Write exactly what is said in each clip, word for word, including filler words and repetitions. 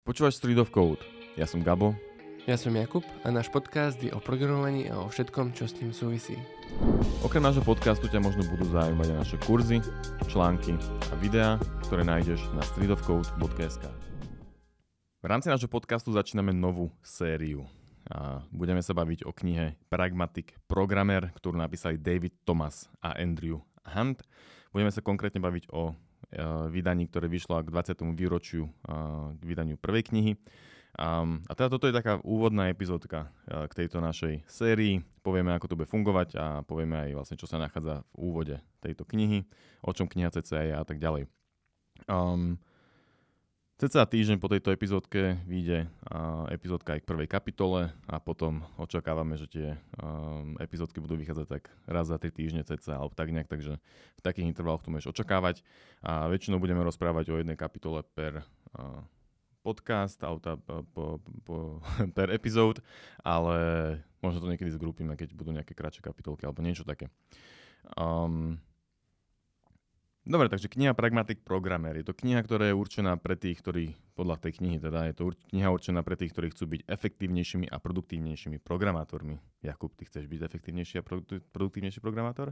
Počúvaš Street of Code. Ja som Gabo. Ja som Jakub a náš podcast je o programovaní a o všetkom, čo s tým súvisí. Okrem nášho podcastu ťa možno budú zaujímať aj naše kurzy, články a videá, ktoré nájdeš na street of code bodka es ká. V rámci nášho podcastu začíname novú sériu. A budeme sa baviť o knihe Pragmatic Programmer, ktorú napísali David Thomas a Andrew Hunt. Budeme sa konkrétne baviť o vydaní, ktoré vyšlo k dvadsiatemu výročiu k vydaniu prvej knihy. Um, a teda toto je taká úvodná epizódka uh, k tejto našej sérii. Povieme, ako to bude fungovať a povieme aj vlastne, čo sa nachádza v úvode tejto knihy, o čom kniha cca je a tak ďalej. Um, cca týždeň po tejto epizódke vyjde uh, epizódka aj k prvej kapitole a potom očakávame, že tie um, epizódky budú vychádzať tak raz za tri týždne cca alebo tak nejak, takže v takých intervaloch to môžeš očakávať a väčšinou budeme rozprávať o jednej kapitole per uh, podcast, auta po, po, po, per epizód, ale možno to niekedy zgrupíme, keď budú nejaké kratšie kapitolky alebo niečo také. Um, dobre, takže kniha Pragmatic Programmer. Je to kniha, ktorá je určená pre tých, ktorí, podľa tej knihy teda, je to kniha určená pre tých, ktorí chcú byť efektívnejšími a produktívnejšími programátormi. Jakub, ty chceš byť efektívnejší a produ- produktívnejší programátor?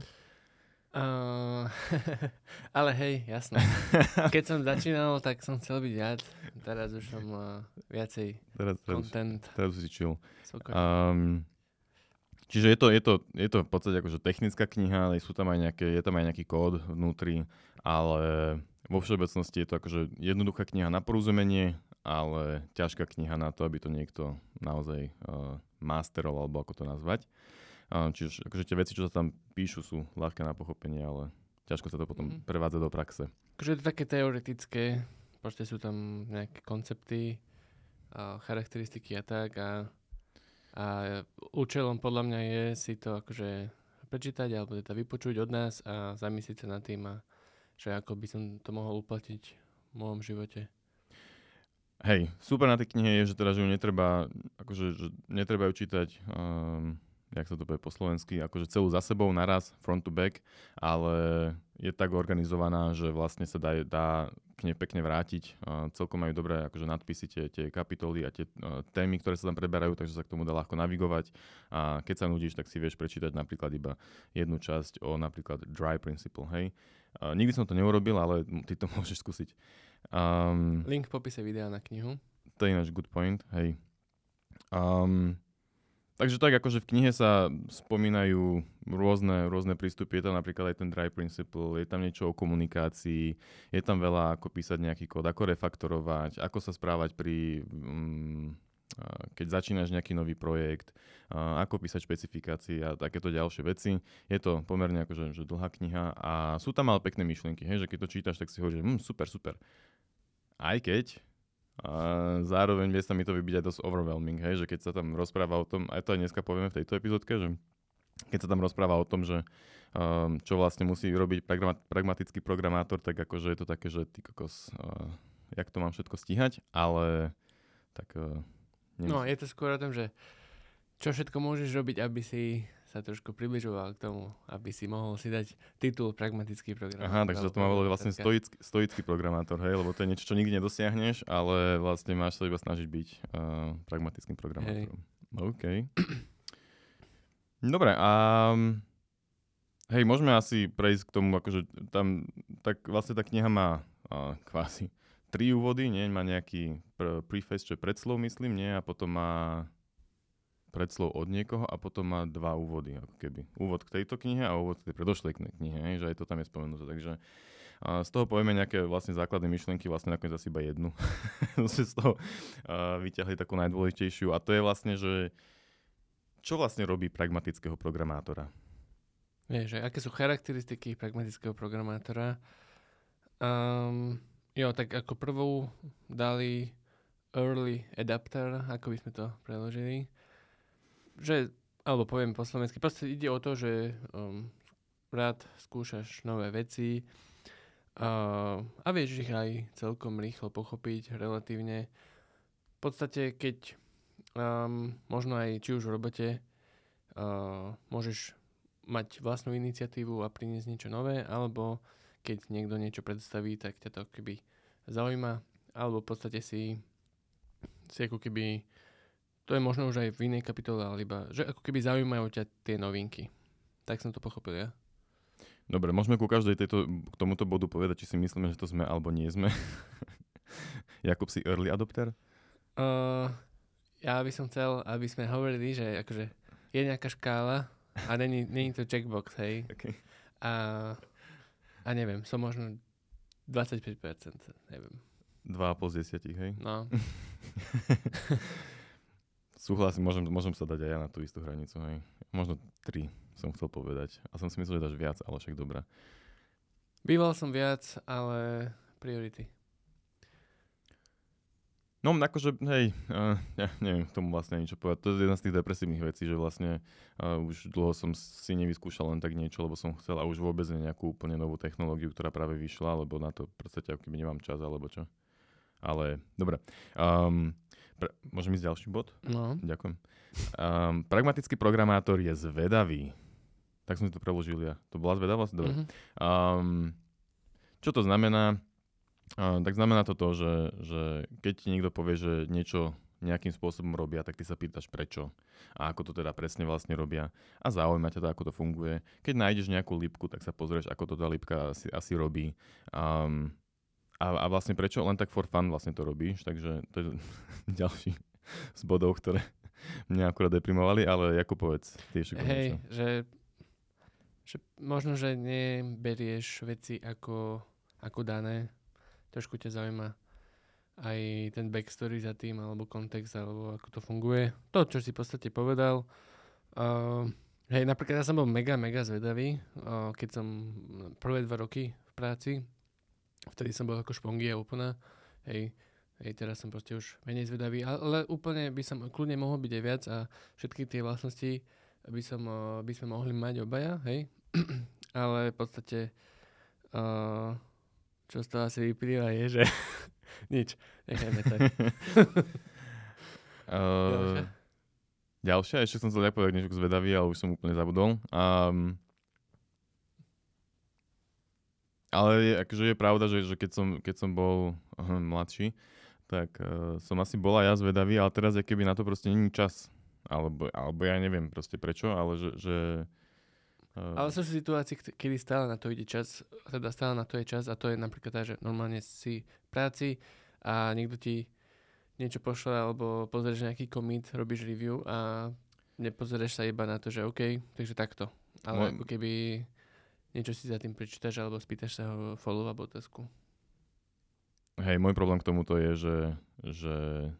Uh, ale hej, jasné. Keď som začínal, tak som chcel byť viac. Teraz už som uh, viacej teraz, teraz, content. Teraz si chill. Um, čiže je to, je, to, je to v podstate akože technická kniha, ale sú tam aj nejaké, je tam aj nejaký kód vnútri, ale vo všeobecnosti je to akože jednoduchá kniha na porozumenie, ale ťažká kniha na to, aby to niekto naozaj uh, masteroval, alebo ako to nazvať. Čiže akože tie veci, čo sa tam píšu, sú ľahké na pochopenie, ale ťažko sa to potom mm. prevádza do praxe. Akože je to také teoretické, proste sú tam nejaké koncepty, a charakteristiky a tak a, a účelom podľa mňa je si to akože prečítať alebo teda vypočuť od nás a zamyslieť sa nad tým, a že ako by som to mohol uplatiť v môjom živote. Hej, super na tej knihe je, že teda, že ju netreba, akože, že netreba ju čítať um, jak sa to povie po slovensky, akože celú za sebou naraz, front to back, ale je tak organizovaná, že vlastne sa dá, dá k nej pekne vrátiť. Uh, celkom majú dobré akože nadpisy, tie, tie kapitoly a tie uh, témy, ktoré sa tam preberajú, takže sa k tomu dá ľahko navigovať. A keď sa nudíš, tak si vieš prečítať napríklad iba jednu časť o napríklad dry principle, hej. Uh, nikdy som to neurobil, ale ty to môžeš skúsiť. Um, Link v popise videa na knihu. To je ináč good point, hej. Um, Takže tak, akože v knihe sa spomínajú rôzne, rôzne prístupy. Je tam napríklad aj ten dry principle, je tam niečo o komunikácii, je tam veľa, ako písať nejaký kód, ako refaktorovať, ako sa správať pri, um, keď začínaš nejaký nový projekt, uh, ako písať špecifikácie a takéto ďalšie veci. Je to pomerne akože že dlhá kniha a sú tam ale pekné myšlienky, hej, že keď to čítaš, tak si hovoríš, hm, super, super. Aj keď... A zároveň vie sa mi to vybiť aj dosť overwhelming, hej, že keď sa tam rozpráva o tom, aj to aj dneska povieme v tejto epizódke, že keď sa tam rozpráva o tom, že um, čo vlastne musí robiť pragma- pragmatický programátor, tak akože je to také, že ty kokos, uh, jak to mám všetko stíhať, ale tak... Uh, no, je to skôr o tom, že čo všetko môžeš robiť, aby si sa trošku približoval k tomu, aby si mohol si dať titul pragmatický programátor. Aha, takže to má bolo vlastne stoický, stoický programátor, hej, lebo to je niečo, čo nikdy nedosiahneš, ale vlastne máš sa iba snažiť byť uh, pragmatickým programátorom. Hej. OK. Dobre, a hej, môžeme asi prejsť k tomu, akože tam, tak vlastne tá kniha má uh, kvázi tri úvody, nie? Má nejaký pr- preface, čo je predslov, myslím, nie? A potom má predslov od niekoho a potom má dva úvody, ako keby. Úvod k tejto knihe a úvod k tej predošlej knihe, hej, že aj to tam je spomenuté. Takže a z toho povieme nejaké vlastne základné myšlienky, vlastne nakoniec asi iba jednu. z toho a, vyťahli takú najdôležitejšiu a to je vlastne, že čo vlastne robí pragmatického programátora? Vieš, že aké sú charakteristiky pragmatického programátora? Um, jo, tak ako prvú dali early adapter, ako by sme to preložili. Že, alebo poviem po slovensky, proste ide o to, že um, rád skúšaš nové veci uh, a vieš ich aj celkom rýchlo pochopiť relatívne. V podstate, keď um, možno aj či už v robote uh, môžeš mať vlastnú iniciatívu a priniesť niečo nové, alebo keď niekto niečo predstaví, tak ťa to keby zaujíma, alebo v podstate si si ako keby, to je možno už aj v inej kapitole, ale iba, že ako keby zaujímajú ťa tie novinky. Tak som to pochopil ja. Dobre, môžeme ku každej tejto, k tomuto bodu povedať, či si myslíme, že to sme alebo nie sme. Jakub, si early adopter? Uh, ja by som chcel, aby sme hovorili, že akože je nejaká škála a není, není to checkbox, hej. Okay. A, a neviem, som možno dvadsaťpäť percent, neviem. dva a pol z desať, hej? No. Súhlasím, môžem, môžem sa dať aj ja na tú istú hranicu, hej. Možno tri som chcel povedať. A som si myslel, že dáš viac, ale však dobrá. Býval som viac, ale priority. No, akože, hej, uh, ja neviem k tomu vlastne niečo povedať. To je jedna z tých depresívnych vecí, že vlastne uh, už dlho som si nevyskúšal len tak niečo, lebo som chcel a už vôbec nie nejakú úplne novú technológiu, ktorá práve vyšla, lebo na to v podstate ako keby nemám čas, alebo čo. Ale, dobre. Um, pre, môžem ísť ďalší bod? No. Ďakujem. Um, pragmatický programátor je zvedavý. Tak som si to preložil ja. To bola zvedavosť? Dobre. Mm-hmm. Um, čo to znamená? Uh, tak znamená to to, že, že keď ti niekto povie, že niečo nejakým spôsobom robia, tak ty sa pýtaš prečo a ako to teda presne vlastne robia a zaujíma ťa to, ako to funguje. Keď nájdeš nejakú lípku, tak sa pozrieš, ako to tá lípka asi, asi robí. Um, a, a vlastne prečo? Len tak for fun vlastne to robíš, takže to je ďalší z bodov, ktoré mňa akurát deprimovali, ale ako povedz, ty ešte Hej, že, že možno, že neberieš veci ako, ako dané. Trošku ťa zaujíma aj ten backstory za tým, alebo kontext, alebo ako to funguje. To, čo si v podstate povedal. Uh, hej, napríklad ja som bol mega, mega zvedavý, uh, keď som prvé dva roky v práci, vtedy som bol ako špongia úplná. Hej, hej, teraz som proste už menej zvedavý, ale úplne by som kľudne mohol byť aj viac a všetky tie vlastnosti by, som, uh, by sme mohli mať obaja, hej. Ale v podstate... Uh, čo z toho asi vyplýva je, že nič, nechajme tak. uh, ďalšia? Ešte som chcel povedať niečo k zvedavý, ale už som úplne zabudol. Um, ale je, akože je pravda, že, že keď, som, keď som bol uh, mladší, tak uh, som asi bol aj ja zvedavý, ale teraz je keby na to proste není čas. Alebo, alebo ja neviem proste prečo, ale že... že Ale sú situácie, kedy stále na to ide čas, teda stále na to je čas a to je napríklad tak, že normálne si v práci a niekto ti niečo pošle alebo pozrieš nejaký commit, robíš review a nepozrieš sa iba na to, že OK, takže takto. Ale Môj... ako keby niečo si za tým prečítaš alebo spýtaš sa ho follow-up otázku. Hej, môj problém k tomuto je, že, že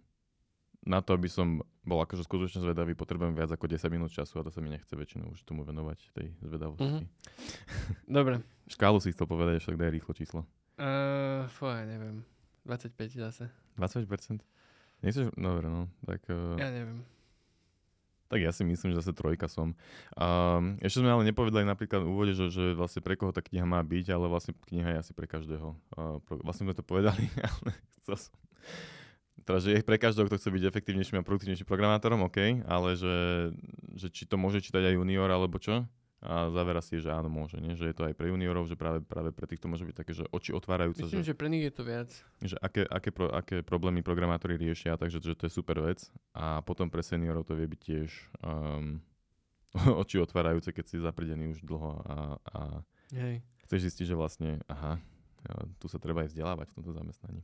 na to, aby som bol akože skutočne zvedavý, potrebujem viac ako desať minút času a to sa mi nechce väčšinou už tomu venovať, tej zvedavosti. Mm-hmm. Dobre. Škálu si chcel povedať, však daj rýchlo číslo. Uh, Foj, neviem. dvadsaťpäť zase. dvadsaťpäť percent? Nechceš? Dobre, no. Tak, uh... Ja neviem. Tak ja si myslím, že zase trojka som. Um, ešte sme ale nepovedali napríklad v úvode, že, že vlastne pre koho tá kniha má byť, ale vlastne kniha je asi pre každého. Uh, pro, vlastne sme to povedali, ale chcel som... Teda, že je pre každého, kto chce byť efektívnejším a produktívnejším programátorom, OK, ale že, že či to môže čítať aj junior, alebo čo? A záver asi je, že áno, môže, nie? Že je to aj pre juniorov, že práve, práve pre týchto môže byť také, že oči otvárajúce. Myslím, že, že pre nich je to viac. Že aké, aké, pro, aké problémy programátori riešia, takže že to je super vec. A potom pre seniorov to vie byť tiež um, oči otvárajúce, keď si zapridený už dlho a, a Hej. chceš zistiť, že vlastne, aha, tu sa treba aj vzdelávať v tomto zamestnaní.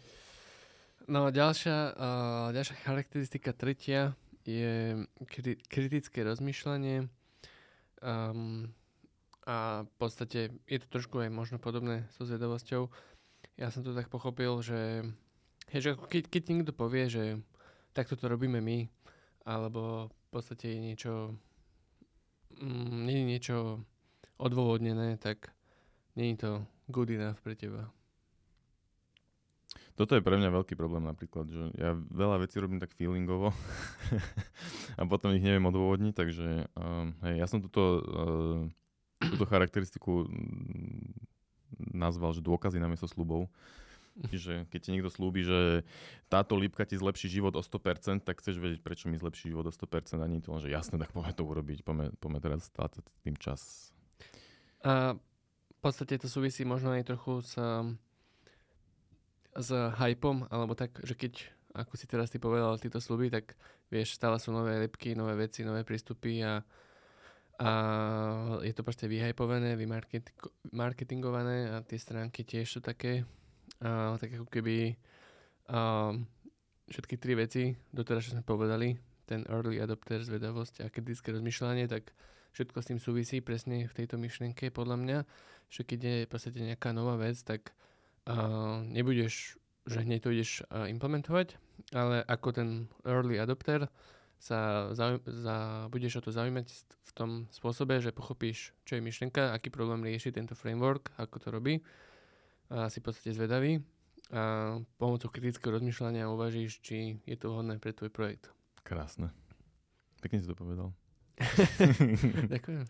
No ďalšia, uh, ďalšia charakteristika tretia je kri- kritické rozmýšľanie um, a v podstate je to trošku aj možno podobné so zvedavosťou. Ja som to tak pochopil, že, hej, že keď, keď niekto povie, že takto to robíme my, alebo v podstate je niečo mm, nie je niečo odôvodnené, tak nie je to good enough pre teba. Toto je pre mňa veľký problém napríklad, že ja veľa vecí robím tak feelingovo a potom ich neviem odôvodniť, takže um, hej, ja som túto, uh, túto charakteristiku nazval, že dôkazy namiesto sľubov. Čiže keď ti niekto slúbi, že táto lípka ti zlepší život o sto percent, tak chceš vedieť, prečo mi zlepší život o sto percent a nie to len, že jasné, tak poďme to urobiť, poďme, poďme teraz stáť tým čas. A v podstate to súvisí možno aj trochu s s hypom, alebo tak, že keď ako si teraz ty povedal, títo sluby, tak vieš, stále sú nové lepky, nové veci, nové prístupy a, a je to proste vyhypované, vymarketingované a tie stránky tiež sú také, a, tak ako keby a, všetky tri veci, doteraz, čo sme povedali, ten early adopter, zvedavosť a kritické rozmýšľanie, tak všetko s tým súvisí presne v tejto myšlienke, podľa mňa, že keď je v podstate nejaká nová vec, tak uh, nebudeš, že hneď to ideš uh, implementovať, ale ako ten early adopter sa zaujím, za, budeš o to zaujímať v tom spôsobe, že pochopíš, čo je myšlienka, aký problém rieši tento framework, ako to robí a si v podstate zvedavý a pomocou kritického rozmýšľania uvažíš, či je to vhodné pre tvoj projekt. Krásne. Pekne si to povedal. Ďakujem.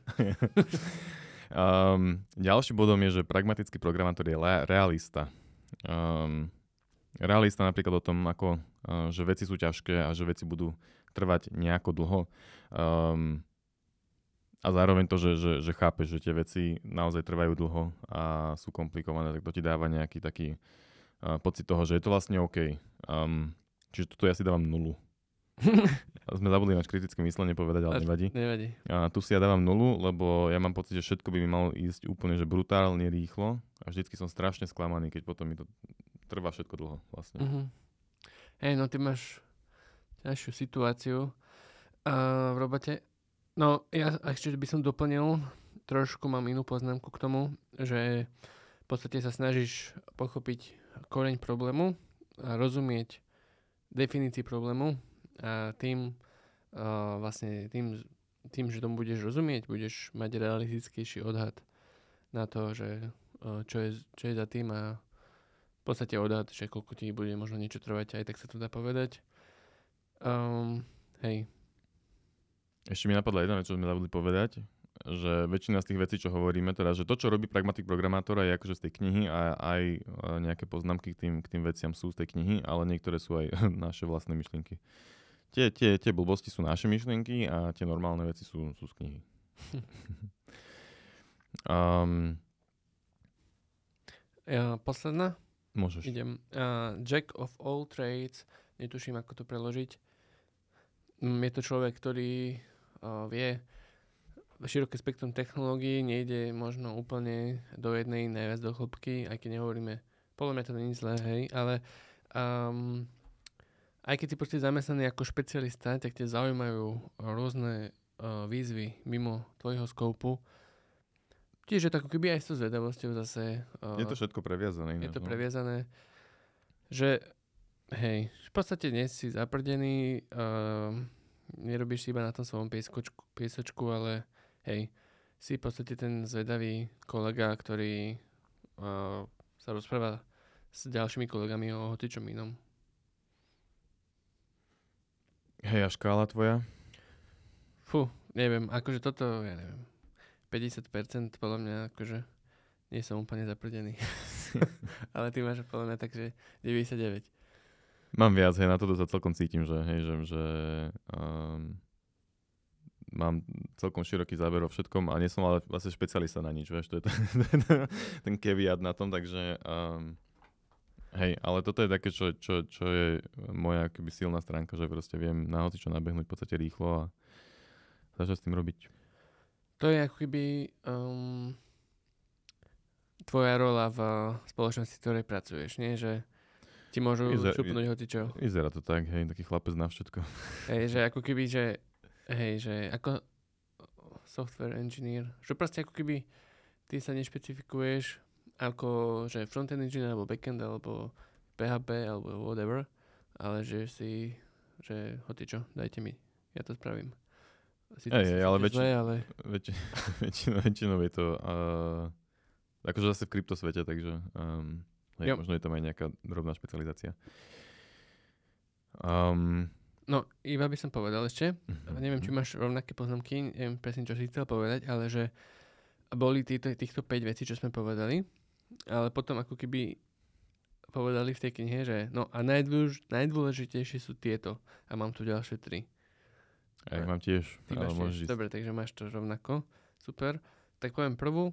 um, ďalší bodom je, že pragmatický programátor je le- realista. Um, realista napríklad o tom, ako, uh, že veci sú ťažké a že veci budú trvať nejako dlho. Um, a zároveň to, že, že, že chápeš, že tie veci naozaj trvajú dlho a sú komplikované, tak to ti dáva nejaký taký uh, pocit toho, že je to vlastne OK. Um, čiže toto ja si dávam nulu. Sme zabudli náš kritické myslenie povedať, ale nevadí. Nevadí. A tu si ja dávam nulu, lebo ja mám pocit, že všetko by mi malo ísť úplne že brutálne rýchlo a vždycky som strašne sklamaný, keď potom mi to trvá všetko dlho vlastne. Uh-huh. Hej, no ty máš ťažšiu situáciu uh, v robote. No ja ešte by som doplnil, trošku mám inú poznámku k tomu, že v podstate sa snažíš pochopiť koreň problému a rozumieť definícii problému. A tým, uh, vlastne tým, tým, že tomu budeš rozumieť, budeš mať realistickejší odhad na to, že uh, čo, je, čo je za tým a v podstate odhad, že koľko ti bude možno niečo trvať, aj tak sa to dá povedať. Um, hej. Ešte mi napadla jedna vec, čo sme zabudli povedať, že väčšina z tých vecí, čo hovoríme, teda, že to, čo robí pragmatik programátora, je akože z tej knihy a aj nejaké poznámky k tým, k tým veciam sú z tej knihy, ale niektoré sú aj naše vlastné myšlienky. Tie, tie, tie blbosti sú naše myšlienky a tie normálne veci sú, sú z knihy. um, ja, posledná? Môžeš. Idem. Uh, Jack of all trades, netuším, ako to preložiť. Um, je to človek, ktorý uh, vie široké spektrum technológií, nejde možno úplne do jednej najviac do hĺbky, aj keď nehovoríme, podľa mňa to nie je zlé, hej, ale um, aj keď si proste zamestnaný ako špecialista, tak ťa zaujímajú rôzne uh, výzvy mimo tvojho skoupu. Tiež je to ako keby aj s tou zvedavosťou zase. Uh, je to všetko previazané. Je to previazané, že hej, v podstate nie si zaprdený, uh, nerobíš si iba na tom svojom pieskočku, piesočku, ale hej, si v podstate ten zvedavý kolega, ktorý uh, sa rozpráva s ďalšími kolegami o hocičom inom. Hej, a škála tvoja? Fú, neviem, akože toto, ja neviem, päťdesiat percent podľa mňa, akože nie som úplne zaprdený. Ale ty máš podľa mňa takže deväťdesiatdeväť. Mám viac, hej, na toto sa celkom cítim, že, hej, že, že um, mám celkom široký záber o všetkom a nie som ale vlastne špecialista na nič, vieš, to je to, ten caveat na tom, takže um, hej, ale toto je také, čo, čo, čo je moja akoby silná stránka, že proste viem na hocičo nabehnúť v podstate rýchlo a začať s tým robiť. To je ako keby um, tvoja rola v spoločnosti, v ktorej pracuješ, nie? Že ti môžu Vyzer- šupnúť hocičo. Vyzerá to tak, hej, taký chlapec na všetko. Hej, že ako keby, že hej, že ako software engineer, že proste ako keby ty sa nešpecifikuješ ako, že frontend engineer, alebo backend, alebo pé há pé, alebo whatever, ale že si, že hocičo, dajte mi, ja to spravím. Hej, hej, ale, väčši- zle, ale... väčši- väčšinou, väčšinou je to uh, akože zase v kryptosvete, takže um, hej, možno je tam aj nejaká drobná špecializácia. Um, no, iba by som povedal ešte, uh-huh. neviem, či máš rovnaké poznámky, neviem presne, čo si chcel povedať, ale že boli týchto, týchto päť vecí, čo sme povedali, ale potom ako keby povedali v tej knihe, že no a najdôlež, najdôležitejšie sú tieto a mám tu ďalšie tri. Ja mám tiež. Ty máš tiež. Dobre, takže máš to rovnako. Super. Tak poviem prvú.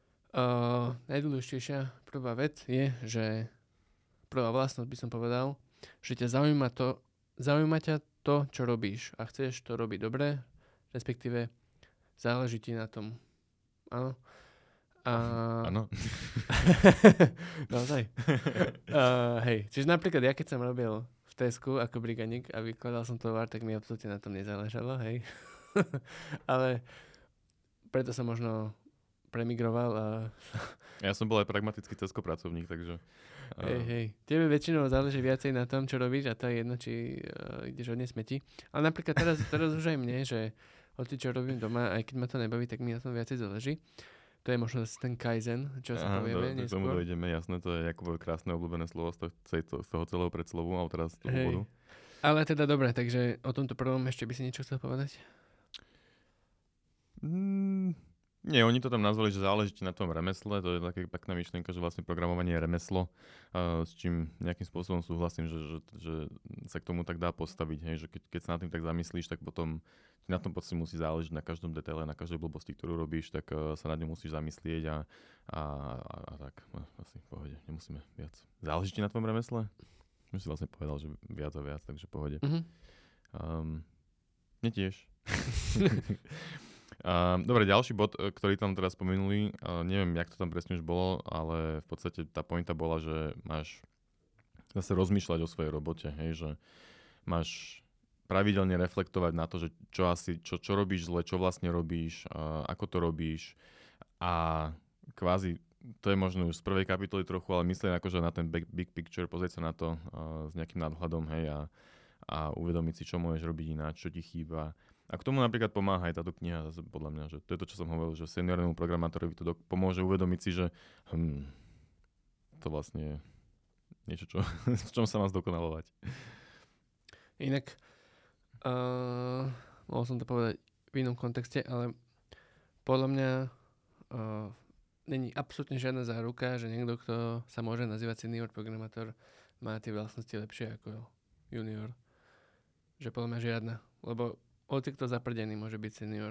Uh, najdôležitejšia prvá vec je, že prvá vlastnosť by som povedal, že ťa zaujíma to, zaujíma ťa to, čo robíš a chceš to robiť dobre, respektíve záleží ti na tom. Áno. A... Áno. Naozaj. uh, hej, čiže napríklad ja keď som robil v Tesku ako briganík a vykladal som tovar, tak mi absolútne na tom nezáležalo, hej. Ale preto som možno premigroval a... Ja som bol aj pragmatický Tesco pracovník, takže... Uh... Hej, hej. Tebe väčšinou záleží viacej na tom, čo robíš a to je jedno, či uh, ideš hodne smeti. Ale napríklad teraz, teraz už aj mne, že hoci čo robím doma, aj keď ma to nebaví, tak mi na tom viacej záleží. To je možno ten Kaizen, čo si Aha, povieme do, neskôr. K tomu dojdeme, jasné, to je Jakubovo krásne obľúbené slovo z, to, z toho celého predslovu, ale teraz z toho Hej. úvodu. Ale teda dobre, takže o tomto prvom ešte by si niečo chcel povedať? Mm, nie, oni to tam nazvali, že záleží na tom remesle, to je taká pekná myšlienka, že vlastne programovanie je remeslo, uh, s čím nejakým spôsobom súhlasím, že, že, že sa k tomu tak dá postaviť, hej, že keď, keď sa nad tým tak zamyslíš, tak potom na tom pocit musí záležiť na každom detaile, na každej blbosti, ktorú robíš, tak uh, sa nad ňou musíš zamyslieť a, a, a, a tak, no, asi v pohode, nemusíme viac. Záleží ti na tvojom remesle? Už si vlastne povedal, že viac a viac, takže v pohode. Mhm. Um, mne tiež. Uh, dobre, ďalší bod, ktorý tam teraz spomenuli, uh, neviem, jak to tam presne už bolo, ale v podstate tá pointa bola, že máš zase rozmýšľať o svojej robote, hej, že máš pravidelne reflektovať na to, že čo asi, čo, čo robíš zle, čo vlastne robíš, uh, ako to robíš a kvázi, to je možno už z prvej kapitoly trochu, ale myslím akože na ten big, big picture, pozrieť sa na to uh, s nejakým nadhľadom, hej, a, a uvedomiť si, čo môžeš robiť ináč, čo ti chýba. A k tomu napríklad pomáha aj táto kniha, zase podľa mňa, že to je to, čo som hovoril, že seniornému programátorovi to do- pomôže uvedomiť si, že hm, to vlastne je niečo, čo, v čom sa má zdokonalovať. Inak, uh, mohol som to povedať v inom kontexte, ale podľa mňa uh, není absolútne žiadna záruka, že niekto, kto sa môže nazývať senior programátor, má tie vlastnosti lepšie ako junior. Že podľa mňa žiadna, lebo hoci kto zaprdený môže byť senior.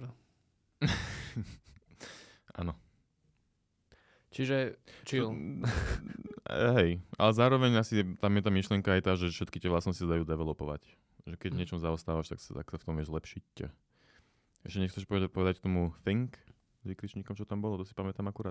Áno. Čiže chill. Hej, ale zároveň asi tam je tá myšlienka aj tá, že všetky tie vlastnosti sa dajú developovať. Že keď Mm. niečom zaostávaš, tak sa, tak sa v tom vieš zlepšiť. Ešte nechceš povedať, povedať k tomu think s výkričníkom, čo tam bolo? To si pamätám akurát.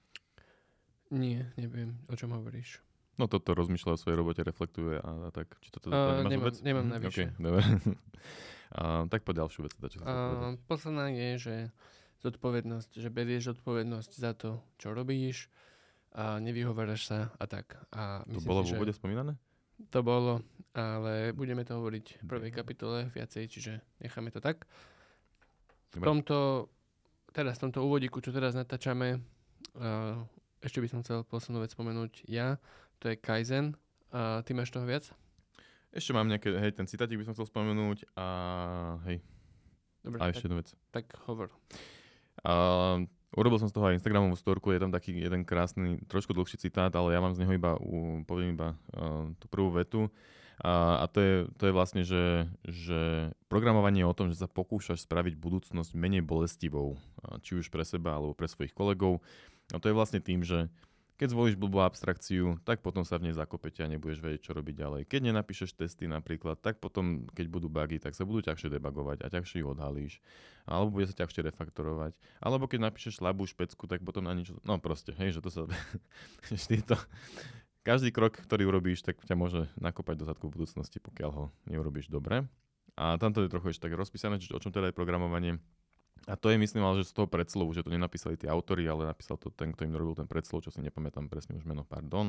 Nie, neviem, o čom hovoríš. No toto rozmýšľa o svojej robote, reflektuje a, a tak. Či toto to, Uh, nemáš nemám, vôbec? nemám Mhm, navyše. okay, dobre. uh, tak poď ďalšiu vec. Teda, čo Uh, posledná je, že zodpovednosť, že berieš zodpovednosť za to, čo robíš a nevyhováraš sa a tak. A to myslím bolo si, v úvode spomínané? To bolo, ale budeme to hovoriť v prvej kapitole viacej, čiže necháme to tak. V Dobre. tomto, teraz v tomto úvodíku, čo teraz natáčame, uh, ešte by som chcel poslednú vec spomenúť ja, to je Kaizen. Uh, ty máš toho viac? Ešte mám nejaké, hej, ten citátik by som chcel spomenúť a hej, Dobre, a tak, ešte jednu vec. tak hovor. Uh, urobil som z toho aj Instagramovú storku, je tam taký jeden krásny, trošku dlhší citát, ale ja mám z neho iba, u, poviem iba uh, tú prvú vetu. Uh, a to je, to je vlastne, že, že programovanie je o tom, že sa pokúšaš spraviť budúcnosť menej bolestivou, uh, či už pre seba alebo pre svojich kolegov. A to je vlastne tým, že keď zvolíš blbú abstrakciu, tak potom sa v nej zakopete a nebudeš vedieť, čo robiť ďalej. Keď nenapíšeš testy napríklad, tak potom, keď budú bugy, tak sa budú ťažšie debugovať a ťažšie ich odhalíš. Alebo bude sa ťažšie refaktorovať. Alebo keď napíšeš slabú špecku, tak potom na niečo... No proste, hej, že to sa... to... Každý krok, ktorý urobíš, tak ťa môže nakopať do zadku v budúcnosti, pokiaľ ho neurobíš dobre. A tamto je trochu ešte tak rozpísané, čiže o čom teda je programovanie. A to je, myslím, ale že z toho predslovu, že to nenapísali tí autori, ale napísal to ten, kto im robil ten predslov, čo si nepamätám presne už meno, pardon.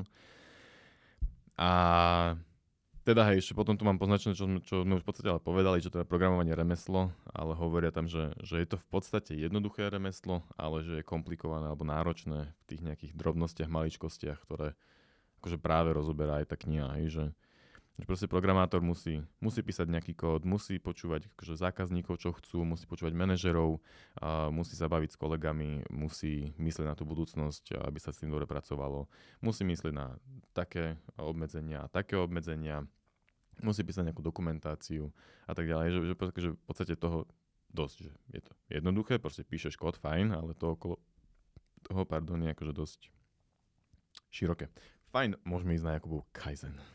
A teda hej, ešte potom tu mám poznačené, čo, čo sme už v podstate ale povedali, že teda programovanie je remeslo, ale hovoria tam, že, že je to v podstate jednoduché remeslo, ale že je komplikované alebo náročné v tých nejakých drobnostiach, maličkostiach, ktoré akože práve rozoberá aj tá kniha, hej, že že proste programátor musí, musí písať nejaký kód, musí počúvať akože zákazníkov, čo chcú, musí počúvať manažerov, a musí sa baviť s kolegami, musí myslieť na tú budúcnosť, aby sa s tým dobre pracovalo, musí myslieť na také obmedzenia a také obmedzenia, musí písať nejakú dokumentáciu a tak ďalej, že, že, že v podstate toho dosť, že je to jednoduché, proste píšeš kód, fajn, ale to okolo toho, pardon, je akože dosť široké. Fajn, môžeme ísť na Jakubov Kaizen.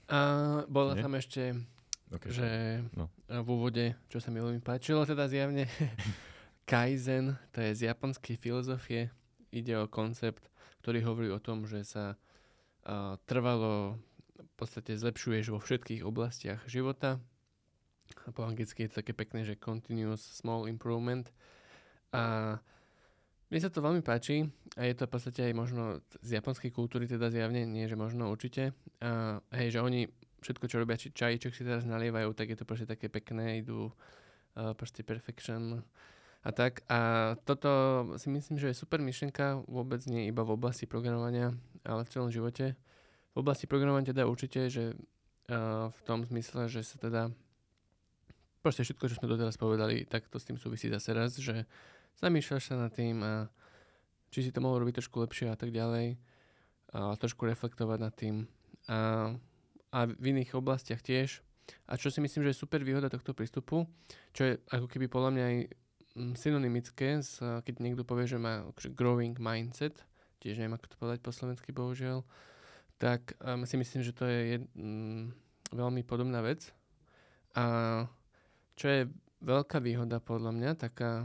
A bola Nie? tam ešte, Okay, že no. v úvode, čo sa mi veľmi páčilo, teda zjavne, Kaizen, to je z japonskej filozofie. Ide o koncept, ktorý hovorí o tom, že sa uh, trvalo v podstate zlepšuješ vo všetkých oblastiach života. A po anglicky je to také pekné, že continuous small improvement. A mne sa to veľmi páči a je to v podstate aj možno z japonskej kultúry teda zjavne, nie že možno určite. A hej, že oni všetko, čo robia, či čajíček si teraz nalievajú, tak je to proste také pekné, idú uh, proste perfection a tak. A toto si myslím, že je super myšlienka, vôbec nie iba v oblasti programovania, ale v celom živote. V oblasti programovania teda určite, že uh, v tom zmysle, že sa teda proste všetko, čo sme doteraz povedali, tak to s tým súvisí zase raz, že zamýšľaš sa nad tým a či si to mohol robiť trošku lepšie a tak ďalej. A trošku reflektovať nad tým. A a v iných oblastiach tiež. A čo si myslím, že je super výhoda tohto prístupu, čo je ako keby podľa mňa aj synonymické, keď niekto povie, že má growing mindset, tiež neviem, ako to povedať po slovensky, bohužiaľ, tak um, si myslím, že to je jed, um, veľmi podobná vec. A čo je veľká výhoda podľa mňa, taká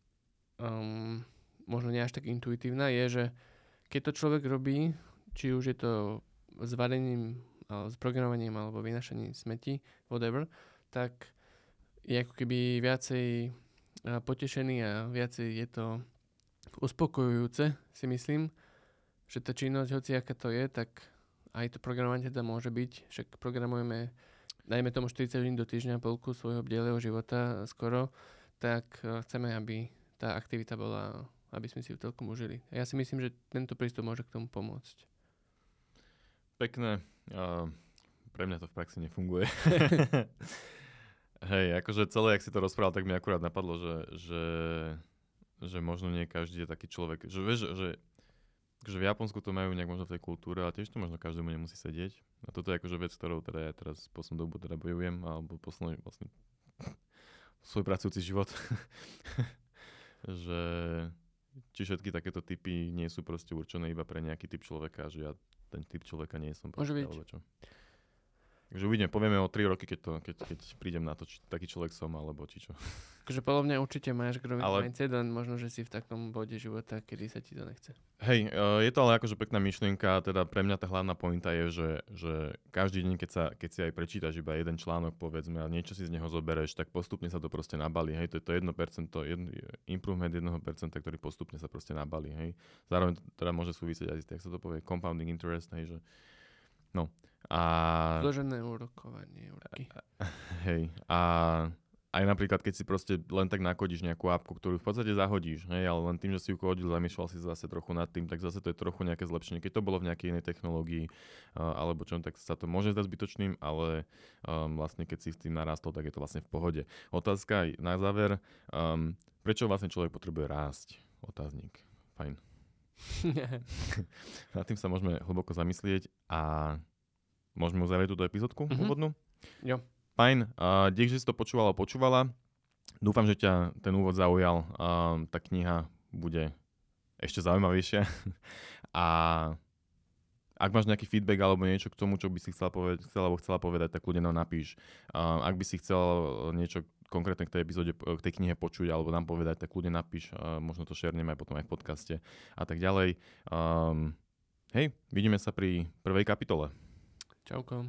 um, možno nie až tak intuitívna, je, že keď to človek robí, či už je to s varením, s programovaním alebo vynašaním smeti, whatever, tak je ako keby viacej potešený a viacej je to uspokojujúce, si myslím, že tá činnosť, hoci aká to je, tak aj to programovanie teda môže byť, však programujeme dajme tomu štyridsať hodín do týždňa, polku svojho bdelého života skoro, tak chceme, aby tá aktivita bola, aby sme si ju celkom užili. A ja si myslím, že tento prístup môže k tomu pomôcť. Pekné. Uh, pre mňa to v praxi nefunguje. Hej, akože celé, jak si to rozprával, tak mi akurát napadlo, že, že, že možno nie každý je taký človek. Že vieš, že, že v Japonsku to majú nejak možno v tej kultúre, ale tiež to možno každému nemusí sedieť. A toto je akože vec, ktorou teda ja teraz poslednú dobu teda bojujem, alebo posledný vlastne svoj pracujúci život. Že či všetky takéto typy nie sú proste určené iba pre nejaký typ človeka, že ja ten typ človeka nie som. Môže byť. Čo. Takže uvidíme, povieme o tri roky, keď, to, keď, keď prídem na to, či taký človek som, alebo či čo. Takže podľa mňa určite máš growing ale... mindset, len možno, že si v takom bode života, kedy sa ti to nechce. Hej, je to ale akože pekná myšlienka, teda pre mňa tá hlavná pointa je, že, že každý deň, keď, sa, keď si aj prečítaš iba jeden článok, povedzme, a niečo si z neho zobereš, tak postupne sa to proste nabalí, hej, to je to jedno percento, jedno, improvement jedno percento, ktorý postupne sa proste nabalí, hej. Zároveň teda môže súvisieť aj, jak sa to povie, compounding interest, hej, že no. A... Zložené úrokovanie, úroky. Hej, a aj napríklad, keď si proste len tak nakodíš nejakú apku, ktorú v podstate zahodíš, hej, ale len tým, že si ju kodil, zamýšľal si zase trochu nad tým, tak zase to je trochu nejaké zlepšenie. Keď to bolo v nejakej inej technológii, uh, alebo čo, tak sa to môže zdať zbytočným, ale um, vlastne keď si s tým narastol, tak je to vlastne v pohode. Otázka na záver, um, prečo vlastne človek potrebuje rásť? Otáznik. Fajn. Nad tým sa môžeme hlboko zamyslieť a môžeme uzavrieť túto epizódku mm-hmm. úvodnú? Jo. Fajn, uh, dík, že si to počúvala, počúvala. Dúfam, že ťa ten úvod zaujal. Uh, tá kniha bude ešte zaujímavejšia. A ak máš nejaký feedback alebo niečo k tomu, čo by si chcela povedať, chcela, alebo chcela povedať, tak ľudia nám napíš. Uh, ak by si chcel niečo konkrétne k tej epizóde, k tej knihe počuť alebo nám povedať, tak ľudia napíš. Uh, možno to šerneme aj potom aj v podcaste a tak ďalej. Um, hej, vidíme sa pri prvej kapitole. Čauko.